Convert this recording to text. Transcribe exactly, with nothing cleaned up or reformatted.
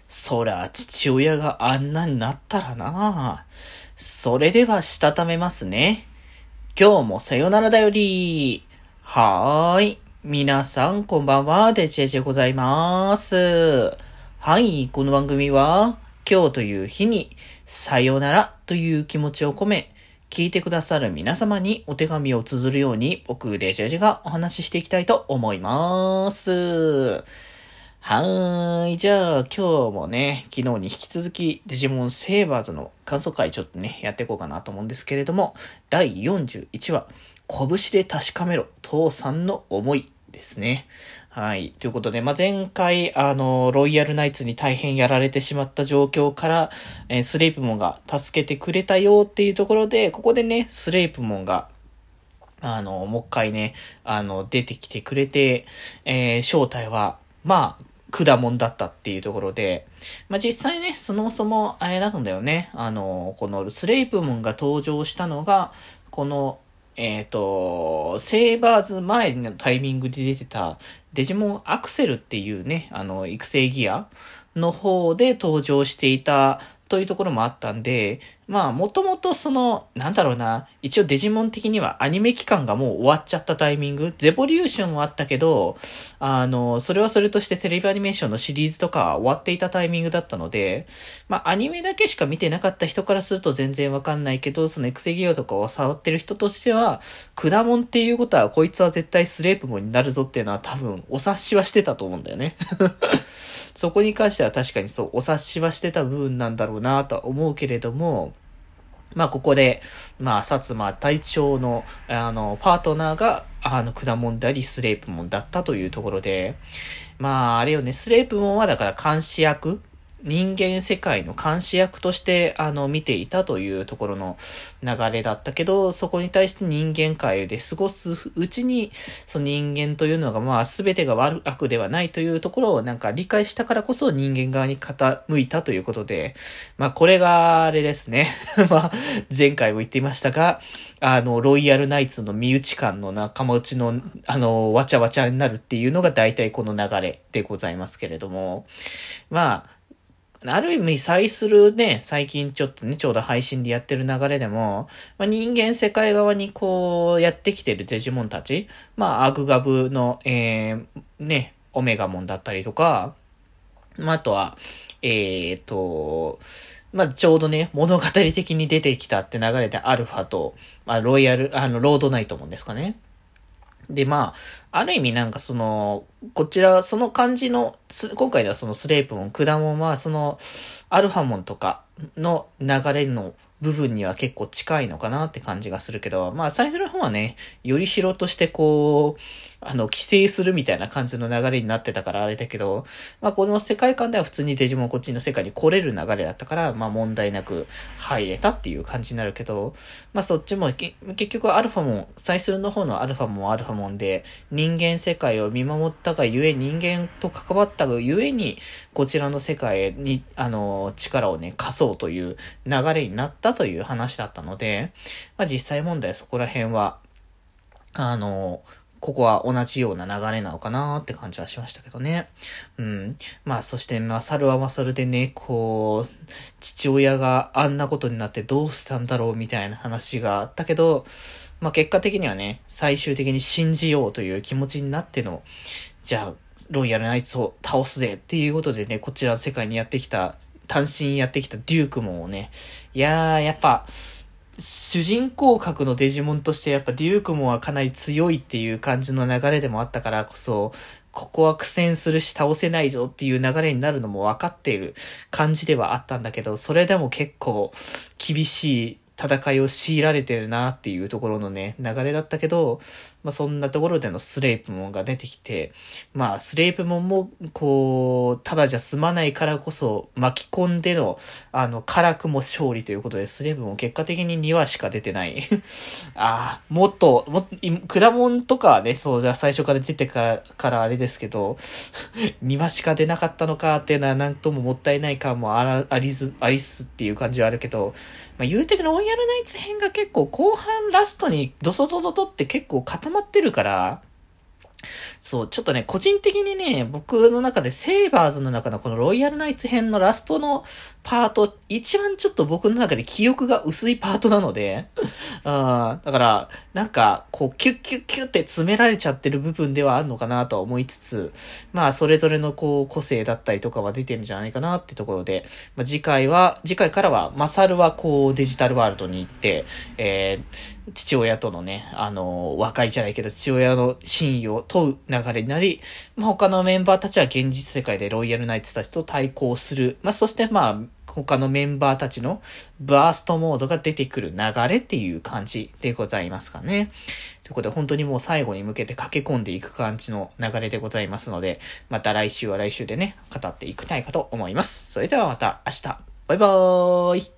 そら、父親があんなになったらな。それでは、したためますね。今日もさよならだより。はーい。皆さん、こんばんは。デジェジでございます。はい。この番組は、今日という日に、さよならという気持ちを込め、聞いてくださる皆様にお手紙を綴るように、僕、デジェジがお話ししていきたいと思います。はーい。じゃあ、今日もね、昨日に引き続き、デジモンセーバーズの感想会ちょっとね、やっていこうかなと思うんですけれども、だいよんじゅういちわ、拳で確かめろ、父さんの思いですね。はい。ということで、まあ、前回、あの、ロイヤルナイツに大変やられてしまった状況から、えー、スレイプモンが助けてくれたよっていうところで、ここでね、スレイプモンが、あの、もう一回ね、あの、出てきてくれて、えー、正体は、まあ、果物だったっていうところで、まあ、実際ね、そもそもあれなんだよね、あの、このスレイプモンが登場したのが、この、えっと、セーバーズ前のタイミングで出てたデジモンアクセルっていうね、あの、育成ギアの方で登場していたというところもあったんで、まあ、もともとその、なんだろうな、一応デジモン的にはアニメ期間がもう終わっちゃったタイミング、ゼボリューションはあったけど、あの、それはそれとしてテレビアニメーションのシリーズとかは終わっていたタイミングだったので、まあ、アニメだけしか見てなかった人からすると全然わかんないけど、その育成ゲームとかを触ってる人としては、果物っていうことはこいつは絶対スレープモンになるぞっていうのは多分お察しはしてたと思うんだよね。そこに関しては確かにそう、お察しはしてた部分なんだろうなとは思うけれども、まあ、ここで、まあ、薩摩隊長の、あの、パートナーが、あの、果物であり、スレープモンだったというところで、まあ、あれよね、スレープモンはだから監視役人間世界の監視役として、あの、見ていたというところの流れだったけど、そこに対して人間界で過ごすうちに、その人間というのが、まあ、すべてが悪悪ではないというところをなんか理解したからこそ人間側に傾いたということで、まあ、これがあれですね。まあ、前回も言っていましたが、あの、ロイヤルナイツの身内間の仲間内の、あの、わちゃわちゃになるっていうのが大体この流れでございますけれども、まあ、ある意味、際するね、最近ちょっとね、ちょうど配信でやってる流れでも、まあ、人間世界側にこう、やってきてるデジモンたち、まあ、アグガブの、えー、ね、オメガモンだったりとか、まあ、あとは、えーと、まあ、ちょうどね、物語的に出てきたって流れでアルファと、まあ、ロイヤル、あの、ロードナイトモンですかね。で、まあ、ある意味なんかその、こちら、その感じの、今回ではそのスレープモン、クダモンは、その、アルファモンとかの流れの部分には結構近いのかなって感じがするけど、まあ、最初の方はね、よりしろとしてこう、あの、規制するみたいな感じの流れになってたからあれだけど、まあ、この世界観では普通にデジモンこっちの世界に来れる流れだったから、まあ、問題なく入れたっていう感じになるけど、まあ、そっちも結局アルファモン、最初の方のアルファモンアルファモンで、人間世界を見守ったがゆえ、人間と関わったがゆえに、こちらの世界に、あの、力をね、貸そうという流れになったという話だったので、まあ、実際問題そこら辺は、あの、ここは同じような流れなのかなーって感じはしましたけどね。うん。まあ、そして、まあ、サルはまそれでね、こう、父親があんなことになってどうしたんだろうみたいな話があったけど、まあ、結果的にはね、最終的に信じようという気持ちになっての、じゃあ、ロイヤルナイツを倒すぜっていうことでね、こちらの世界にやってきた、単身やってきたデュークモンをね、いやー、やっぱ、主人公格のデジモンとしてやっぱデュークモンはかなり強いっていう感じの流れでもあったからこそ、ここは苦戦するし倒せないぞっていう流れになるのも分かっている感じではあったんだけど、それでも結構厳しい戦いを強いられてるなっていうところのね、流れだったけど、まあそんなところでのスレイプモンが出てきて、まあスレイプモンもこう、ただじゃ済まないからこそ巻き込んでの、あの、辛くも勝利ということで、スレイプモン結果的ににわしか出てない。ああ、もっと、もっと、クラモンとかはね、そう、じゃあ最初から出てから、からあれですけど、にわしか出なかったのかっていうのはなんとももったいない感もあら、ありず、ありすっていう感じはあるけど、まあ言うてロイヤルナイツ編が結構後半ラストにドドドドドって結構固まってるから、 そう、ちょっとね、個人的にね、僕の中でセイバーズの中のこのロイヤルナイツ編のラストのパート、一番ちょっと僕の中で記憶が薄いパートなので、あだから、なんか、こう、キュッキュッキュッって詰められちゃってる部分ではあるのかなとは思いつつ、まあ、それぞれのこう、個性だったりとかは出てるんじゃないかなってところで、まあ、次回は、次回からは、マサルはこう、デジタルワールドに行って、えー、父親とのね、あの、和解じゃないけど、父親の真意を問う流れになり、まあ、他のメンバーたちは現実世界でロイヤルナイツたちと対抗する。まあ、そしてまあ、他のメンバーたちのバーストモードが出てくる流れっていう感じでございますかね。ということで本当にもう最後に向けて駆け込んでいく感じの流れでございますので、また来週は来週でね、語っていきたいかと思います。それではまた明日。バイバーイ。